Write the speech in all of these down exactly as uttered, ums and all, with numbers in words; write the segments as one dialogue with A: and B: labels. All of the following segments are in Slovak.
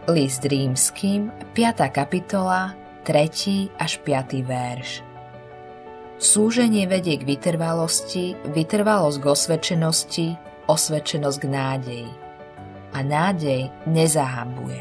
A: List Rímskym, piata kapitola, tretí až piaty verš. Súženie vedie k vytrvalosti, vytrvalosť k osvedčenosti, osvedčenosť k nádeji. A nádej nezahambuje.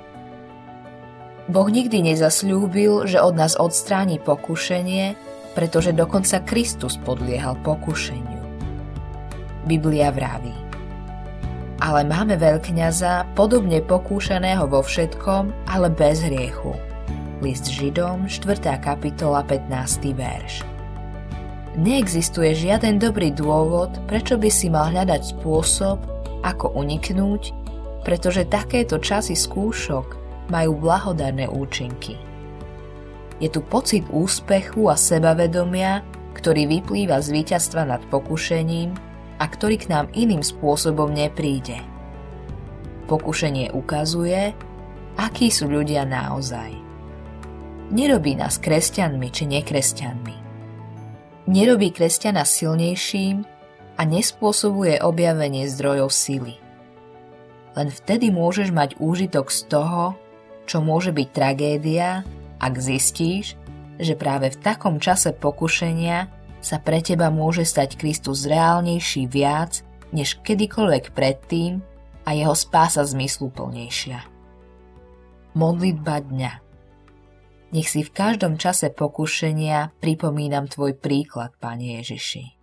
A: Boh nikdy nezasľúbil, že od nás odstráni pokušenie, pretože dokonca Kristus podliehal pokušeniu. Biblia vraví: ale máme veľkňaza, podobne pokúšaného vo všetkom, ale bez hriechu. List Židom, štvrtá kapitola, pätnásty verš. Neexistuje žiaden dobrý dôvod, prečo by si mal hľadať spôsob, ako uniknúť, pretože takéto časy skúšok majú blahodárne účinky. Je tu pocit úspechu a sebavedomia, ktorý vyplýva z víťazstva nad pokušením a ktorý k nám iným spôsobom nepríde. Pokušenie ukazuje, akí sú ľudia naozaj. Nerobí nás kresťanmi či nekresťanmi. Nerobí kresťana silnejším a nespôsobuje objavenie zdrojov sily. Len vtedy môžeš mať úžitok z toho, čo môže byť tragédia, ak zistíš, že práve v takom čase pokušenia sa pre teba môže stať Kristus reálnejší viac než kedykoľvek predtým a jeho spása zmysluplnejšia. Modlitba dňa. Nech si v každom čase pokušenia pripomínam tvoj príklad, Pane Ježiši.